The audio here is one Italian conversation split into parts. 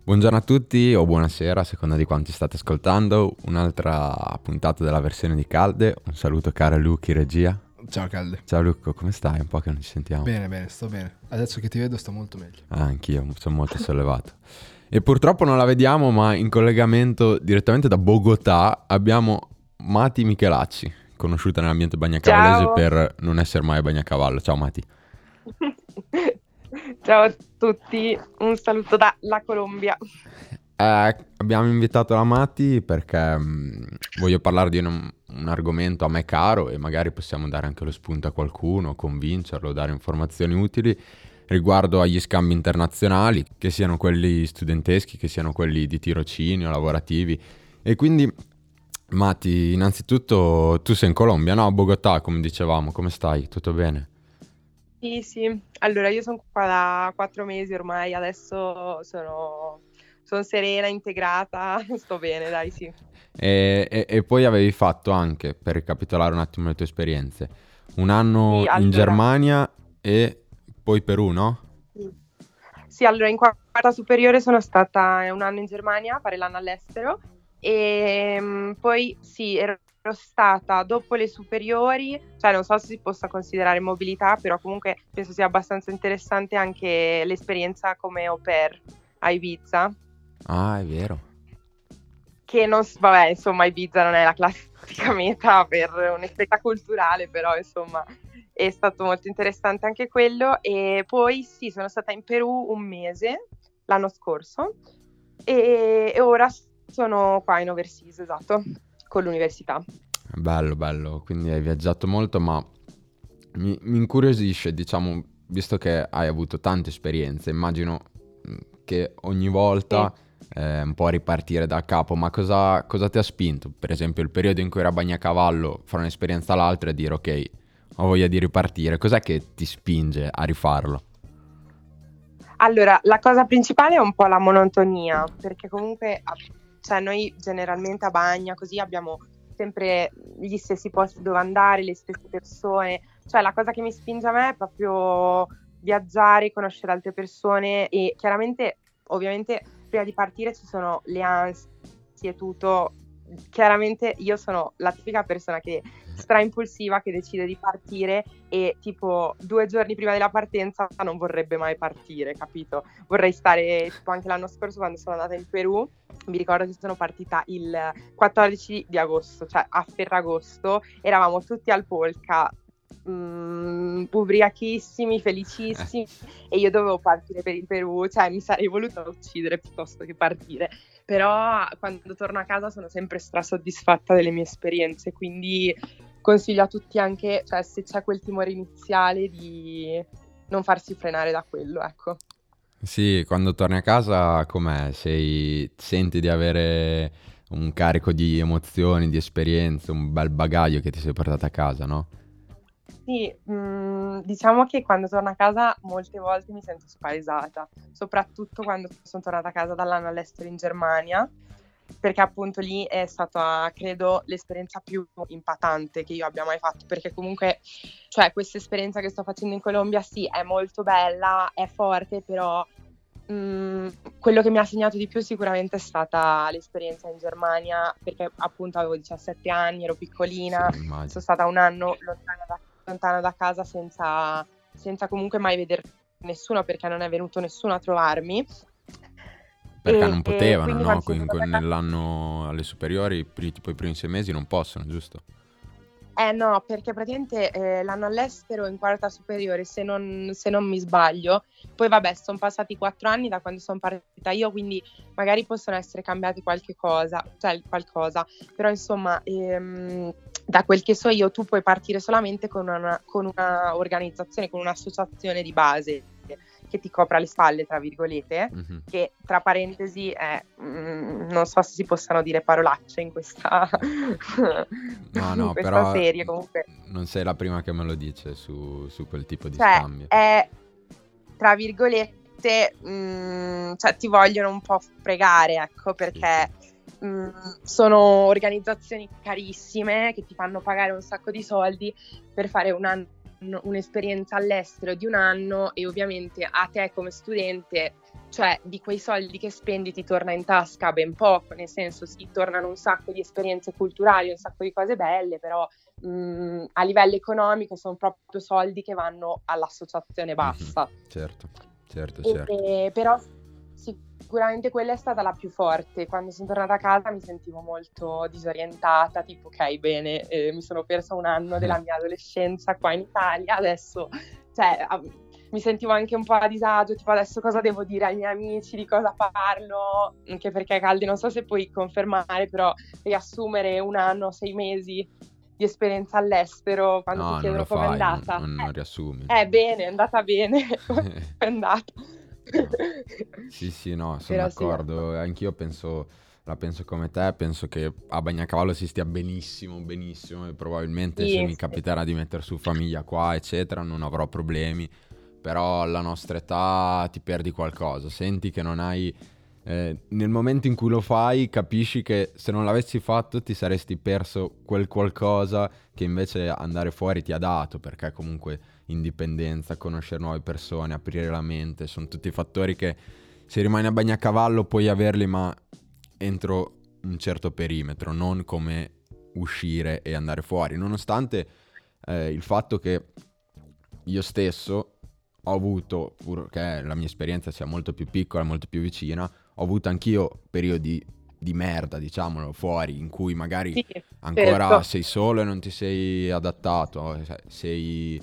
Buongiorno a tutti o buonasera, a seconda di quanti state ascoltando, un'altra puntata della versione di Calde. Un saluto caro Luchi, regia. Ciao Calde. Ciao Lucco, come stai? Un po' che non ci sentiamo. Bene, sto bene. Adesso che ti vedo sto molto meglio. Anch'io, sono molto sollevato. E purtroppo non la vediamo, ma in collegamento direttamente da Bogotà abbiamo Mati Michelacci, conosciuta nell'ambiente bagnacavalese Ciao. per non essere mai bagnacavallo. Ciao Mati. Ciao a tutti, un saluto dalla Colombia. Abbiamo invitato la Mati perché voglio parlare di un argomento a me caro e magari possiamo dare anche lo spunto a qualcuno, convincerlo, dare informazioni utili riguardo agli scambi internazionali, che siano quelli studenteschi, che siano quelli di tirocinio, lavorativi. E quindi, Mati, innanzitutto tu sei in Colombia, no? A Bogotà, come dicevamo, come stai? Tutto bene? Sì, allora io sono qua da 4 mesi ormai, adesso sono serena, integrata, sto bene, dai, sì. E poi avevi fatto anche, per ricapitolare un attimo le tue esperienze, un anno Sì, in allora, Germania e poi Perù, no? sì, allora in quarta superiore sono stata un anno in Germania a fare l'anno all'estero e poi sì, ero stata dopo le superiori, cioè non so se si possa considerare mobilità, però comunque penso sia abbastanza interessante anche l'esperienza come au pair a Ibiza. Ah, è vero. Che non, vabbè, insomma, Ibiza non è la classica meta per un'esperienza culturale, però insomma è stato molto interessante anche quello. E poi sì, sono stata in Perù un mese l'anno scorso e ora sono qua in overseas, esatto, con l'università. Bello, quindi hai viaggiato molto, ma mi incuriosisce, diciamo, visto che hai avuto tante esperienze, immagino che ogni volta un po' ripartire da capo, ma cosa ti ha spinto? Per esempio il periodo in cui era bagnacavallo, fra un'esperienza all'altra e dire ok, ho voglia di ripartire, cos'è che ti spinge a rifarlo? Allora, la cosa principale è un po' la monotonia, perché comunque cioè, noi generalmente a Bagna così abbiamo sempre gli stessi posti dove andare, le stesse persone, cioè la cosa che mi spinge a me è proprio viaggiare, conoscere altre persone e chiaramente, ovviamente, prima di partire ci sono le ansie e tutto. Chiaramente io sono la tipica persona che stra-impulsiva che decide di partire e tipo 2 giorni prima della partenza non vorrebbe mai partire, capito? Vorrei stare, tipo anche l'anno scorso quando sono andata in Perù, mi ricordo che sono partita il 14 di agosto, cioè a Ferragosto, eravamo tutti al Polca, ubriachissimi, felicissimi e io dovevo partire per il Perù, cioè mi sarei voluta uccidere piuttosto che partire. Però quando torno a casa sono sempre strasoddisfatta delle mie esperienze, quindi consiglio a tutti anche, cioè se c'è quel timore iniziale di non farsi frenare da quello, ecco. Sì, quando torni a casa com'è? Senti di avere un carico di emozioni, di esperienze, un bel bagaglio che ti sei portato a casa, no? Sì, diciamo che quando torno a casa molte volte mi sento spaesata, soprattutto quando sono tornata a casa dall'anno all'estero in Germania, perché appunto lì è stata, credo, l'esperienza più impatante che io abbia mai fatto, perché comunque, cioè, questa esperienza che sto facendo in Colombia, sì, è molto bella, è forte, però quello che mi ha segnato di più sicuramente è stata l'esperienza in Germania, perché appunto avevo 17 anni, ero piccolina, Sì, immagino. sono stata un anno lontana da casa senza comunque mai vedere nessuno, perché non è venuto nessuno a trovarmi. Perché non potevano, Quindi no? quando sono tornata a casa, Nell'anno alle superiori, tipo i primi 6 mesi non possono, giusto? no, perché praticamente l'anno all'estero in quarta superiore, se non mi sbaglio, poi vabbè, sono passati 4 anni da quando sono partita io, quindi magari possono essere cambiati qualcosa, però insomma, da quel che so io, tu puoi partire solamente con una organizzazione, con un'associazione di base che ti copra le spalle, tra virgolette, Mhm. che tra parentesi è, non so se si possano dire parolacce in questa, No, in no, questa però serie, comunque, non sei la prima che me lo dice su quel tipo di cioè scambio. è, tra virgolette, cioè ti vogliono un po' fregare, ecco, Sì, sì. perché sono organizzazioni carissime che ti fanno pagare un sacco di soldi per fare un'esperienza all'estero di un anno e ovviamente a te come studente cioè di quei soldi che spendi ti torna in tasca ben poco, nel senso sì, tornano un sacco di esperienze culturali, un sacco di cose belle, però a livello economico sono proprio soldi che vanno all'associazione basta. Certo, certo, E- certo. però sicuramente quella è stata la più forte. Quando sono tornata a casa mi sentivo molto disorientata, tipo ok, bene, mi sono persa un anno della mia adolescenza qua in Italia, adesso cioè, mi sentivo anche un po' a disagio, tipo adesso cosa devo dire ai miei amici, di cosa parlo, anche perché Caldi non so se puoi confermare, però riassumere un anno, 6 mesi di esperienza all'estero, quando ti No, non lo chiedono com'è fai, andata. non riassumi. Bene, è andata bene, è andata. No. Sì, sì, no, sono Però sì, d'accordo. Anch'io la penso come te, penso che a Bagnacavallo si stia benissimo, benissimo e probabilmente se sì, mi sì. capiterà di mettere su famiglia qua, eccetera, non avrò problemi. Però alla nostra età ti perdi qualcosa, senti che non hai... nel momento in cui lo fai capisci che se non l'avessi fatto ti saresti perso quel qualcosa che invece andare fuori ti ha dato, perché comunque indipendenza, conoscere nuove persone, aprire la mente, sono tutti fattori che se rimani a Bagnacavallo puoi averli, ma entro un certo perimetro, non come uscire e andare fuori, nonostante il fatto che io stesso ho avuto, pur che la mia esperienza sia molto più piccola, molto più vicina, ho avuto anch'io periodi di merda, diciamolo, fuori, in cui magari Sì, ancora certo. sei solo e non ti sei adattato, sei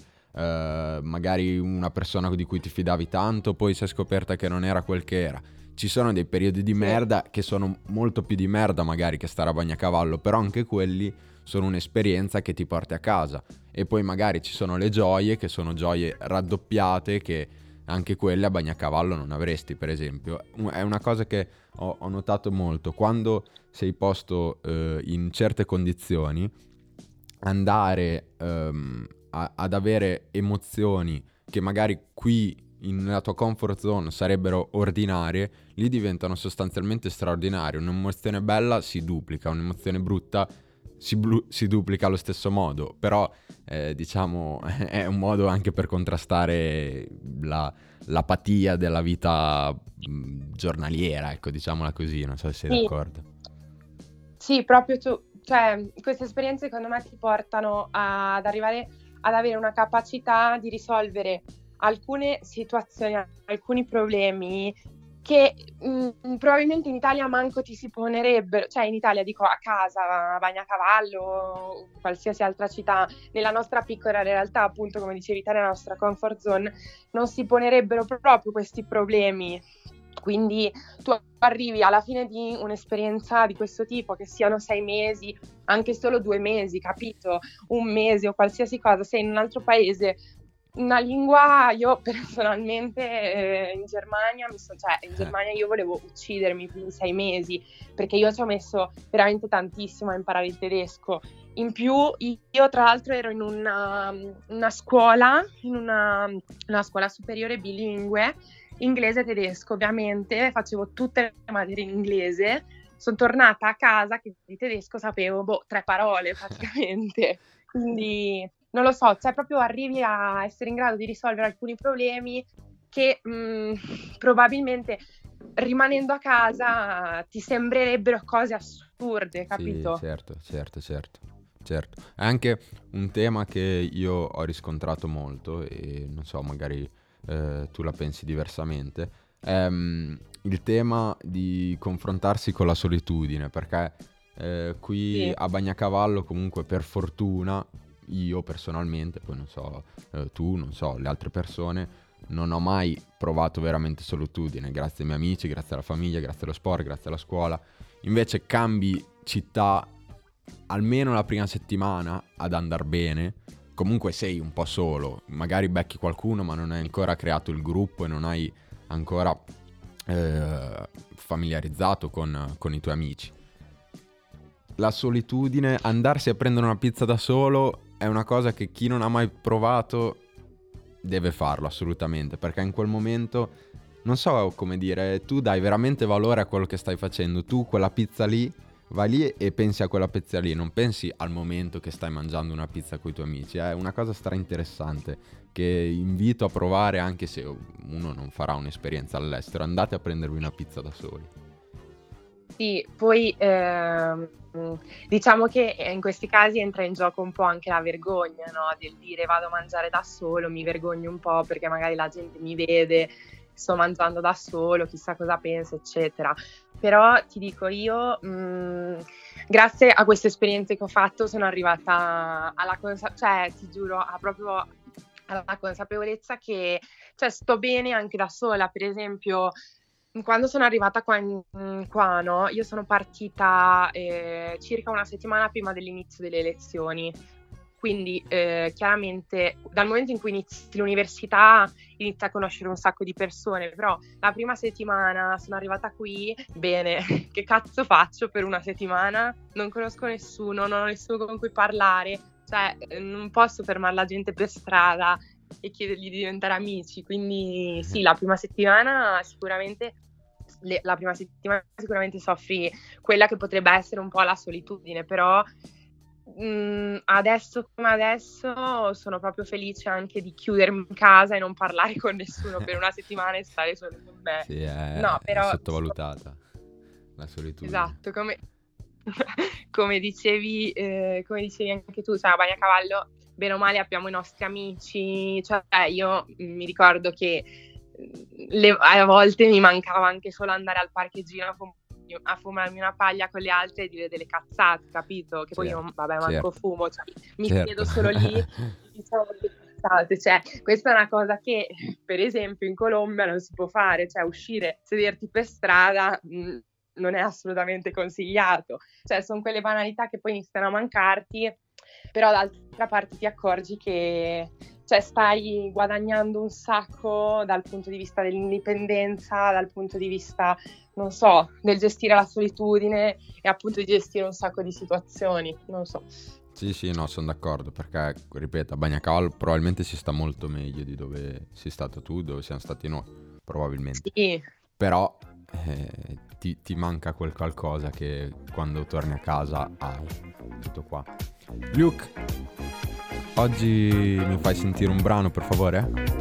magari una persona di cui ti fidavi tanto, poi si è scoperta che non era quel che era. Ci sono dei periodi di Sì, merda che sono molto più di merda magari che stare a Bagnacavallo, però anche quelli sono un'esperienza che ti porti a casa. E poi magari ci sono le gioie, che sono gioie raddoppiate, che anche quelle a Bagnacavallo non avresti, per esempio. È una cosa che ho notato molto. Quando sei posto in certe condizioni, andare ad avere emozioni che magari qui nella tua comfort zone sarebbero ordinarie, lì diventano sostanzialmente straordinarie. Un'emozione bella si duplica, un'emozione brutta si duplica allo stesso modo, però diciamo è un modo anche per contrastare l'apatia della vita giornaliera, ecco, diciamola così, non so se sei sì, d'accordo. sì, proprio tu, cioè queste esperienze secondo me ti portano ad arrivare ad avere una capacità di risolvere alcune situazioni, alcuni problemi che probabilmente in Italia manco ti si ponerebbero, cioè in Italia dico a casa, a Bagnacavallo o qualsiasi altra città, nella nostra piccola realtà, appunto come dicevi te, nella nostra comfort zone, non si ponerebbero proprio questi problemi. Quindi tu arrivi alla fine di un'esperienza di questo tipo, che siano 6 mesi, anche solo 2 mesi, capito? Un mese o qualsiasi cosa, sei in un altro paese. Una lingua, io personalmente in Germania, cioè in Germania io volevo uccidermi in 6 mesi, perché io ci ho messo veramente tantissimo a imparare il tedesco. In più io tra l'altro ero in una scuola, una scuola superiore bilingue, inglese e tedesco ovviamente, facevo tutte le materie in inglese, sono tornata a casa che di tedesco sapevo 3 parole praticamente, quindi non lo so, cioè proprio arrivi a essere in grado di risolvere alcuni problemi che probabilmente rimanendo a casa ti sembrerebbero cose assurde, Sì, capito? certo, certo, certo, certo. È anche un tema che io ho riscontrato molto e non so, magari tu la pensi diversamente. Il tema di confrontarsi con la solitudine, perché qui Sì, a Bagnacavallo comunque per fortuna, io personalmente, poi non so, tu, non so, le altre persone, non ho mai provato veramente solitudine, grazie ai miei amici, grazie alla famiglia, grazie allo sport, grazie alla scuola. Invece cambi città almeno la prima settimana ad andar bene. Comunque sei un po' solo, magari becchi qualcuno ma non hai ancora creato il gruppo e non hai ancora familiarizzato con i tuoi amici. La solitudine, andarsi a prendere una pizza da solo è una cosa che chi non ha mai provato deve farlo assolutamente, perché in quel momento non so come dire, tu dai veramente valore a quello che stai facendo, tu quella pizza lì vai lì e pensi a quella pizza lì, non pensi al momento che stai mangiando una pizza con i tuoi amici. È una cosa interessante che invito a provare, anche se uno non farà un'esperienza all'estero. Andate a prendervi una pizza da soli. Sì, poi diciamo che in questi casi entra in gioco un po' anche la vergogna, no? Del dire vado a mangiare da solo, mi vergogno un po' perché magari la gente mi vede, sto mangiando da solo, chissà cosa pensa, eccetera. Però ti dico io, grazie a queste esperienze che ho fatto sono arrivata alla cioè ti giuro, proprio alla consapevolezza che sto bene anche da sola. Per esempio, quando sono arrivata qua, no, io sono partita circa una settimana prima dell'inizio delle elezioni. Quindi chiaramente dal momento in cui inizi l'università inizi a conoscere un sacco di persone, però la prima settimana sono arrivata qui, bene, che cazzo faccio per una settimana? Non conosco nessuno, non ho nessuno con cui parlare, cioè non posso fermare la gente per strada e chiedergli di diventare amici, quindi sì, la prima settimana sicuramente soffri quella che potrebbe essere un po' la solitudine, però adesso come adesso sono proprio felice anche di chiudermi in casa e non parlare con nessuno per una settimana e stare solo con me. Sì, è però sottovalutata la solitudine. Esatto, come dicevi anche tu, a Bagnacavallo bene o male abbiamo i nostri amici, cioè io mi ricordo che a volte mi mancava anche solo andare al parcheggino a fumarmi una paglia con le altre e dire delle cazzate, capito? Che poi io, manco fumo, mi chiedo solo lì, diciamo che cazzate, questa è una cosa che per esempio in Colombia non si può fare, uscire, sederti per strada non è assolutamente consigliato, sono quelle banalità che poi iniziano a mancarti, però d'altra parte ti accorgi che stai guadagnando un sacco dal punto di vista dell'indipendenza, dal punto di vista, non so, del gestire la solitudine e appunto di gestire un sacco di situazioni, non so. Sì, no, sono d'accordo, perché, ripeto, a Bagnacavallo probabilmente si sta molto meglio di dove sei stato tu, dove siamo stati noi, probabilmente. Sì. Però ti manca quel qualcosa che quando torni a casa hai. Tutto qua. Luke, oggi mi fai sentire un brano, per favore?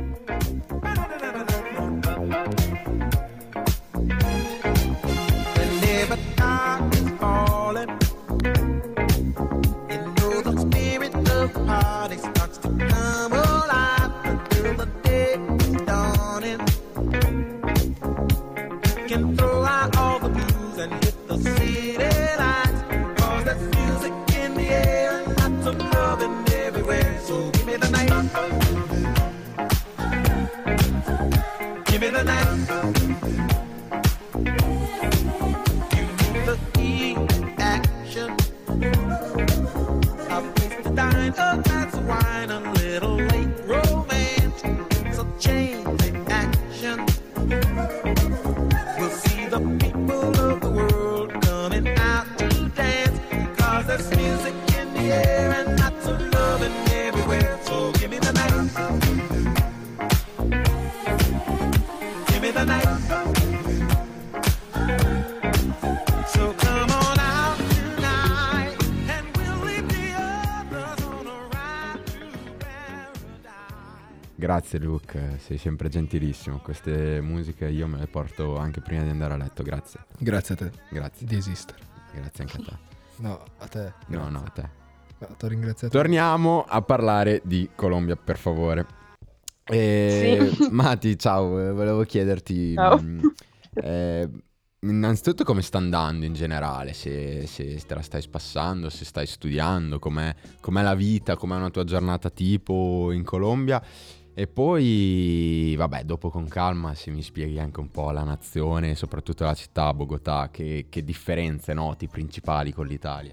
Grazie Luke, sei sempre gentilissimo. Queste musiche io me le porto anche prima di andare a letto, grazie. Grazie a te. Grazie. Di esistere. Grazie anche a te. No, a te. No, a te. T'ho ringraziato. Torniamo a parlare di Colombia, per favore. Sì. Mati, ciao, volevo chiederti innanzitutto come sta andando in generale, se te la stai spassando, se stai studiando, com'è la vita, com'è una tua giornata tipo in Colombia. E poi, vabbè, dopo con calma se mi spieghi anche un po' la nazione e soprattutto la città, Bogotà, che differenze noti principali con l'Italia?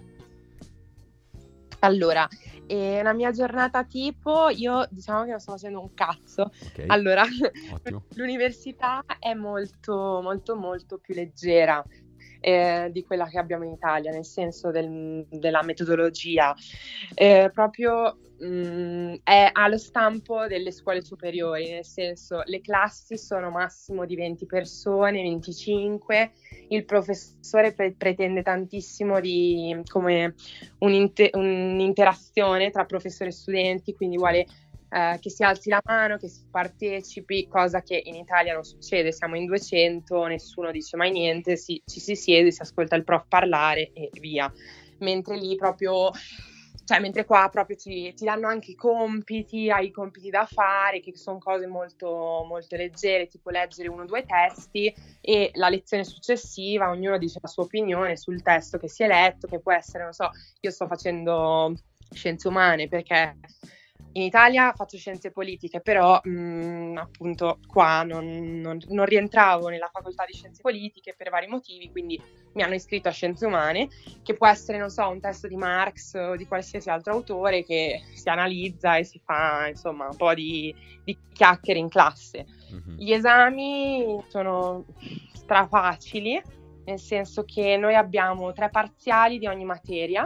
Allora, una mia giornata tipo, io diciamo che non sto facendo un cazzo. Okay. Allora, Ottimo. L'università è molto, molto, molto più leggera, di quella che abbiamo in Italia, nel senso della metodologia. Proprio è allo stampo delle scuole superiori, nel senso le classi sono massimo di 20 persone, 25, il professore pretende tantissimo come un'interazione tra professore e studenti, quindi vuole che si alzi la mano, che si partecipi, cosa che in Italia non succede, siamo in 200, nessuno dice mai niente, ci si siede, si ascolta il prof parlare e via. Mentre lì proprio, cioè mentre qua proprio ti danno anche i compiti, hai i compiti da fare, che sono cose molto, molto leggere, tipo leggere 1 o 2 testi, e la lezione successiva ognuno dice la sua opinione sul testo che si è letto, che può essere, non so, io sto facendo scienze umane perché in Italia faccio scienze politiche, però appunto qua non rientravo nella facoltà di scienze politiche per vari motivi, quindi mi hanno iscritto a scienze umane, che può essere, non so, un testo di Marx o di qualsiasi altro autore che si analizza e si fa, insomma, un po' di chiacchiere in classe. Mhm. Gli esami sono strafacili, nel senso che noi abbiamo 3 parziali di ogni materia,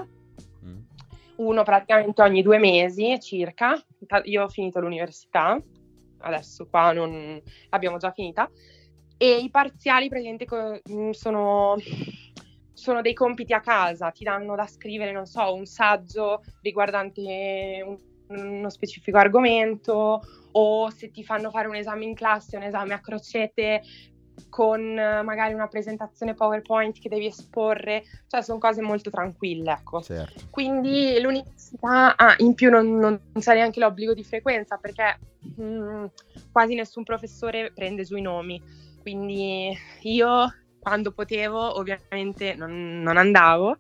uno praticamente ogni 2 mesi circa. Io ho finito l'università, adesso qua non l'abbiamo già finita, e i parziali praticamente sono dei compiti a casa, ti danno da scrivere, non so, un saggio riguardante uno specifico argomento, o se ti fanno fare un esame in classe, un esame a crocette con magari una presentazione PowerPoint che devi esporre, cioè sono cose molto tranquille, ecco. Certo. Quindi l'università, in più non c'è neanche l'obbligo di frequenza, perché quasi nessun professore prende giù i nomi, quindi io quando potevo ovviamente non andavo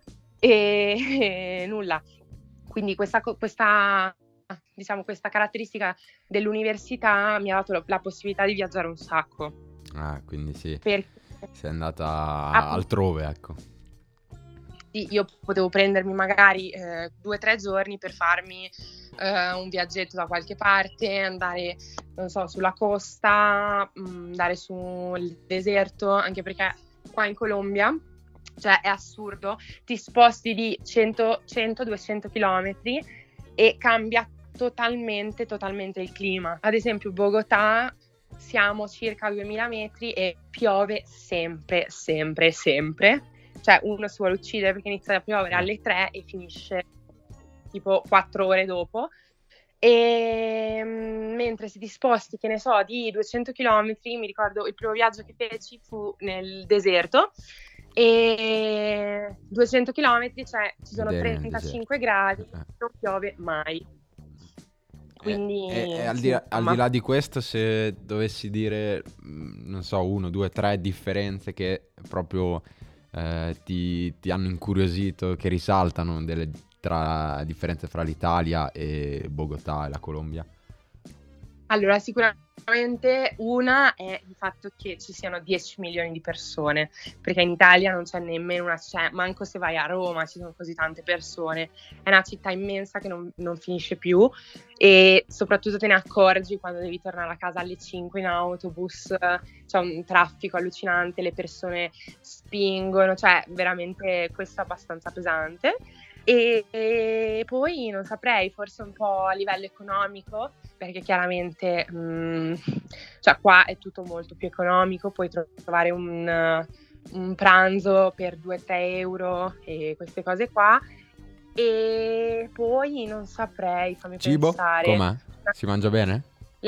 e nulla. Quindi questa diciamo, questa caratteristica dell'università mi ha dato la possibilità di viaggiare un sacco. Ah, quindi sì, Perché sei andata altrove, ecco. sì, io potevo prendermi magari 2 o 3 giorni per farmi un viaggetto da qualche parte, andare, non so, sulla costa, andare sul deserto, anche perché qua in Colombia, cioè è assurdo, ti sposti di 100-200 chilometri e cambia totalmente il clima. Ad esempio Bogotà, siamo circa a 2000 metri e piove sempre. Cioè uno si vuole uccidere perché inizia a piovere alle 3 e finisce tipo 4 ore dopo. E mentre se ti sposti, che ne so, di 200 chilometri, mi ricordo il primo viaggio che feci fu nel deserto, e 200 chilometri, cioè ci sono Vedere nel 35 gradi, non piove mai. Quindi E al sì, di là, al insomma. di là di questo, se dovessi dire, non so, 1, 2, 3 differenze che proprio ti hanno incuriosito, che risaltano differenze fra l'Italia e Bogotà e la Colombia. Allora, sicuramente una è il fatto che ci siano 10 milioni di persone, perché in Italia non c'è nemmeno manco se vai a Roma ci sono così tante persone, è una città immensa che non finisce più, e soprattutto te ne accorgi quando devi tornare a casa alle 5 in autobus, c'è un traffico allucinante, le persone spingono, cioè veramente questo è abbastanza pesante. E poi non saprei, forse un po' a livello economico, perché chiaramente cioè qua è tutto molto più economico, puoi trovare un pranzo per 2-3 euro e queste cose qua. E poi non saprei, fammi Cibo? pensare. Com'è? Si mangia bene?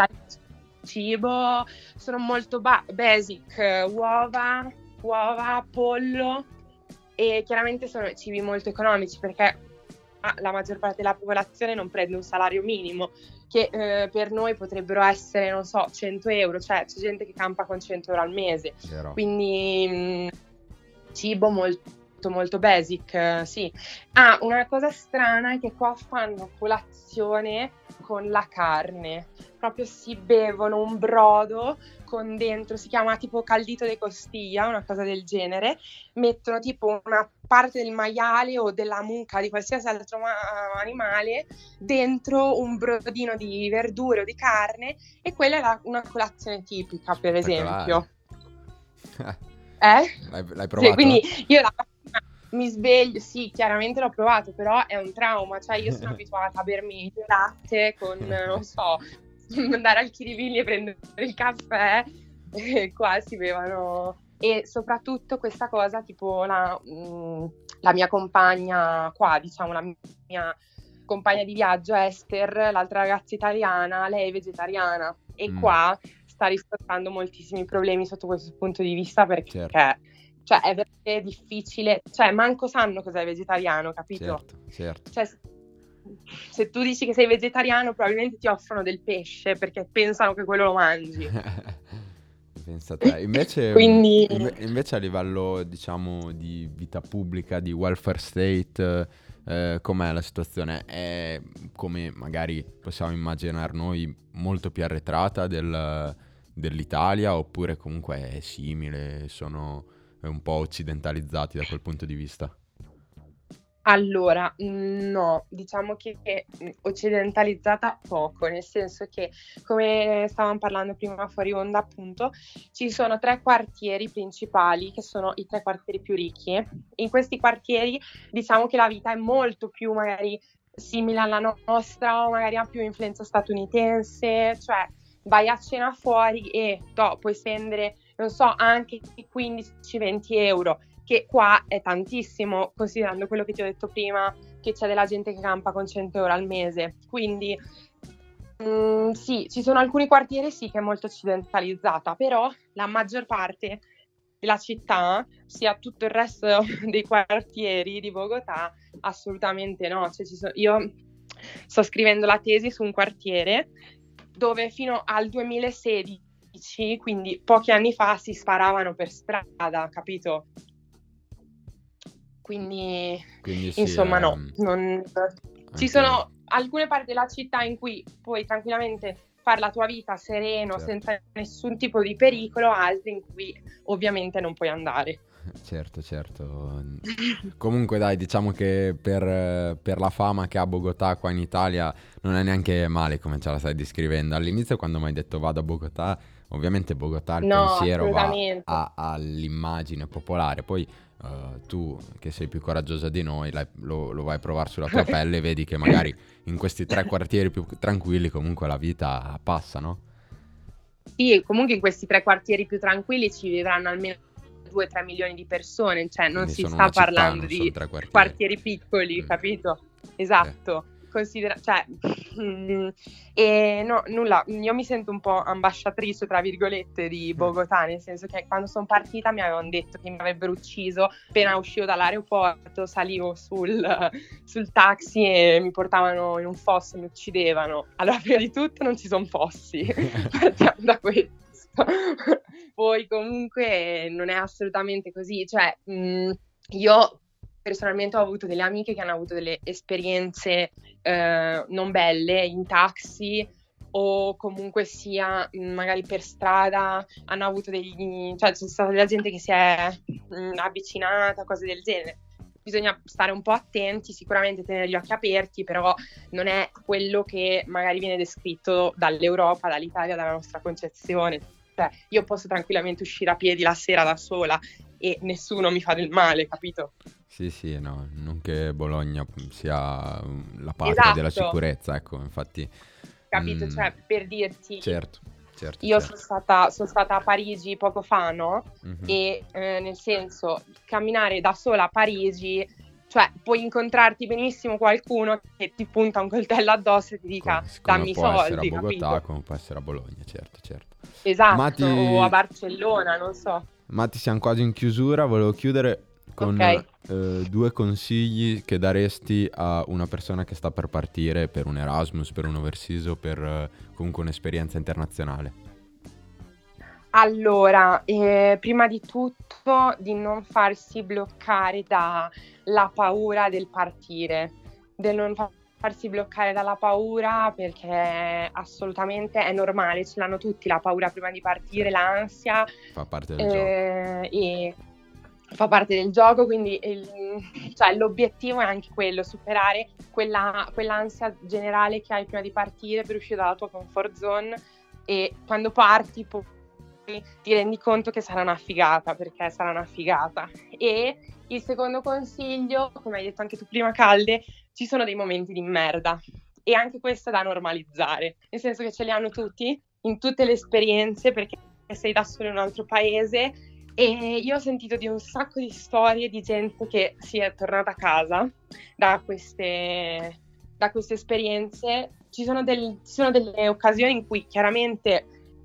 Cibo sono molto basic, uova, pollo, e chiaramente sono cibi molto economici, perché la maggior parte della popolazione non prende un salario minimo, che per noi potrebbero essere, non so, 100 euro, cioè c'è gente che campa con 100 euro al mese. Vero. Quindi cibo molto basic, sì. Una cosa strana è che qua fanno colazione con la carne, proprio si bevono un brodo con dentro, si chiama tipo caldito de costiglia, una cosa del genere, mettono tipo una parte del maiale o della mucca, di qualsiasi altro animale, dentro un brodino di verdure o di carne, e quella è una colazione tipica, per esempio. L'hai Sì, provato? quindi io la mattina mi sveglio, sì, chiaramente l'ho provato, però è un trauma, cioè io sono abituata a bermi il latte con, non so, andare al Chiribilli e prendere il caffè, e qua si bevano. E soprattutto questa cosa, tipo la mia compagna qua, diciamo, la mia compagna di viaggio Esther, l'altra ragazza italiana, lei è vegetariana e qua sta riscontrando moltissimi problemi sotto questo punto di vista perché Certo. cioè, è veramente difficile, cioè manco sanno cos'è vegetariano, capito? Certo. Cioè, se tu dici che sei vegetariano probabilmente ti offrono del pesce perché pensano che quello lo mangi. Pensa a te. Invece, Quindi invece a livello, diciamo, di vita pubblica, di welfare state, com'è la situazione? È come magari possiamo immaginar noi molto più arretrata dell'Italia, oppure comunque è simile, sono un po' occidentalizzati da quel punto di vista? allora, no, diciamo che occidentalizzata poco, nel senso che, come stavamo parlando prima fuori onda, appunto, ci sono 3 quartieri principali che sono i 3 quartieri più ricchi. In questi quartieri diciamo che la vita è molto più magari simile alla nostra o magari ha più influenza statunitense, cioè vai a cena fuori e puoi spendere, non so, anche 15-20 euro, che qua è tantissimo, considerando quello che ti ho detto prima, che c'è della gente che campa con 100 euro al mese. Quindi sì, ci sono alcuni quartieri sì che è molto occidentalizzata, però la maggior parte della città, sia tutto il resto dei quartieri di Bogotà, assolutamente no. Cioè, io sto scrivendo la tesi su un quartiere dove fino al 2016, quindi pochi anni fa, si sparavano per strada, capito? Quindi Quindi sì, insomma no, ci anche... sono alcune parti della città in cui puoi tranquillamente fare la tua vita sereno, Certo. senza nessun tipo di pericolo, altri in cui ovviamente non puoi andare. Certo. Comunque dai, diciamo che per la fama che ha Bogotà qua in Italia non è neanche male come ce la stai descrivendo. All'inizio quando mi hai detto vado a Bogotà, ovviamente Bogotà il No, pensiero va assolutamente. all'immagine popolare, poi tu che sei più coraggiosa di noi lo vai a provare sulla tua pelle e vedi che magari in questi 3 quartieri più tranquilli comunque la vita passa, no? Sì, comunque in questi 3 quartieri più tranquilli ci vivranno almeno 2-3 milioni di persone, cioè non Quindi si sono sta una città, parlando non sono di 3 quartieri. quartieri piccoli, Mm. capito? Esatto. Cioè, e no, nulla, io mi sento un po' ambasciatrice, tra virgolette, di Bogotà, nel senso che quando sono partita mi avevano detto che mi avrebbero ucciso, appena uscivo dall'aeroporto salivo sul taxi e mi portavano in un fosso e mi uccidevano. Allora, prima di tutto non ci sono fossi, partiamo da questo. Poi comunque non è assolutamente così, cioè io personalmente ho avuto delle amiche che hanno avuto delle esperienze non belle in taxi o comunque sia magari per strada, hanno avuto cioè c'è stata della gente che si è avvicinata, cose del genere. Bisogna stare un po' attenti, sicuramente tenere gli occhi aperti, però non è quello che magari viene descritto dall'Europa, dall'Italia, dalla nostra concezione. Cioè, io posso tranquillamente uscire a piedi la sera da sola e nessuno mi fa del male, capito? Sì, no, non che Bologna sia la patria della Esatto, sicurezza, ecco, infatti, capito? Cioè, per dirti, certo. io sono stata a Parigi poco fa, no? Mhm. E nel senso, camminare da sola a Parigi, cioè, puoi incontrarti benissimo qualcuno che ti punta un coltello addosso e ti dica Come dammi i può essere a soldi, Bogotà, capito? come può essere a Bologna, certo. Esatto, o a Barcellona, non so. Matti, siamo quasi in chiusura, volevo chiudere con Ok. 2 consigli che daresti a una persona che sta per partire per un Erasmus, per un overseas o per comunque un'esperienza internazionale. Allora, prima di tutto di non farsi bloccare dalla paura del partire, del non farsi bloccare dalla paura perché assolutamente è normale, ce l'hanno tutti la paura prima di partire, Certo. l'ansia, Fa parte del gioco. e fa parte del gioco, quindi cioè, l'obiettivo è anche quello, superare quell'ansia generale che hai prima di partire per uscire dalla tua comfort zone e quando parti ti rendi conto che sarà una figata, perché sarà una figata. E il secondo consiglio, come hai detto anche tu prima, Calde, ci sono dei momenti di merda e anche questo è da normalizzare, nel senso che ce li hanno tutti, in tutte le esperienze, perché sei da solo in un altro paese. E io ho sentito di un sacco di storie di gente che si è tornata a casa da queste esperienze. Ci sono delle occasioni in cui chiaramente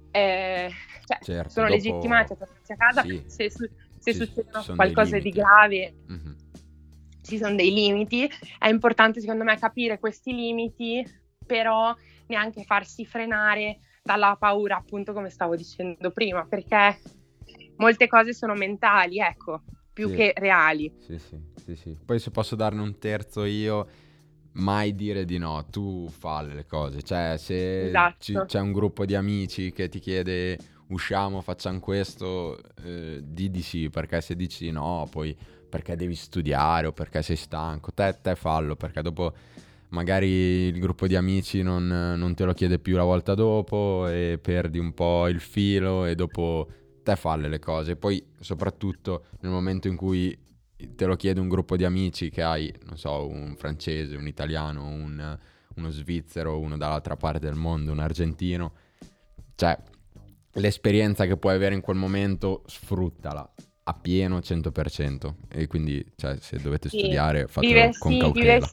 Certo, sono dopo... legittimati a tornarsi a casa, sì, se succede sono qualcosa dei di limiti. grave. Mhm. Ci sono dei limiti, è importante secondo me capire questi limiti, però neanche farsi frenare dalla paura, appunto come stavo dicendo prima, perché molte cose sono mentali, ecco, più Sì. che reali. Sì. Poi se posso darne un terzo io, mai dire di no, tu falle le cose. Cioè, se Esatto. c'è un gruppo di amici che ti chiede usciamo, facciamo questo, di sì, perché se dici no, poi perché devi studiare o perché sei stanco, te fallo, perché dopo magari il gruppo di amici non te lo chiede più la volta dopo e perdi un po' il filo e dopo te falle le cose. Poi soprattutto nel momento in cui te lo chiede un gruppo di amici che hai, non so, un francese, un italiano, uno svizzero, uno dall'altra parte del mondo, un argentino, cioè l'esperienza che puoi avere in quel momento sfruttala a pieno 100%. E quindi, cioè, se dovete Sì, studiare fatelo con cautela.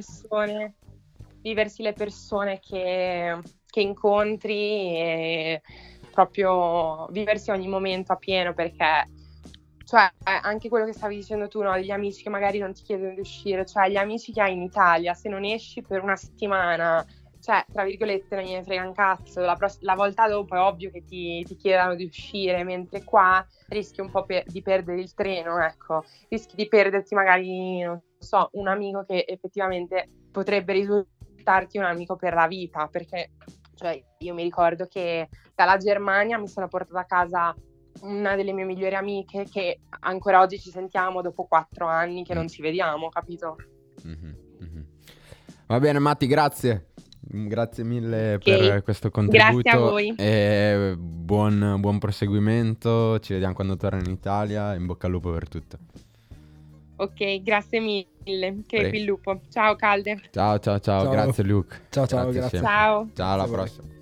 viversi le persone che incontri e proprio viversi ogni momento a pieno, perché cioè anche quello che stavi dicendo tu, no? Gli amici che magari non ti chiedono di uscire, cioè gli amici che hai in Italia, se non esci per una settimana, cioè tra virgolette non gliene frega un cazzo, la volta dopo è ovvio che ti chiedano di uscire, mentre qua rischi un po' di perdere il treno, ecco, rischi di perderti magari, non so, un amico che effettivamente potrebbe risultarti un amico per la vita, perché cioè, io mi ricordo che dalla Germania mi sono portata a casa una delle mie migliori amiche che ancora oggi ci sentiamo dopo 4 anni che non ci vediamo, capito? Mhm. Va bene Matti, grazie. Grazie mille Ok, per questo grazie a contributo voi. e buon proseguimento. Ci vediamo quando torni in Italia. In bocca al lupo per tutto. Ok, grazie mille. Crepi Prego. il lupo. Ciao Calde. Ciao. Ciao. Grazie Luke. Ciao, Grazie grazie. sempre. Ciao. Ciao, alla Grazie a voi. prossima.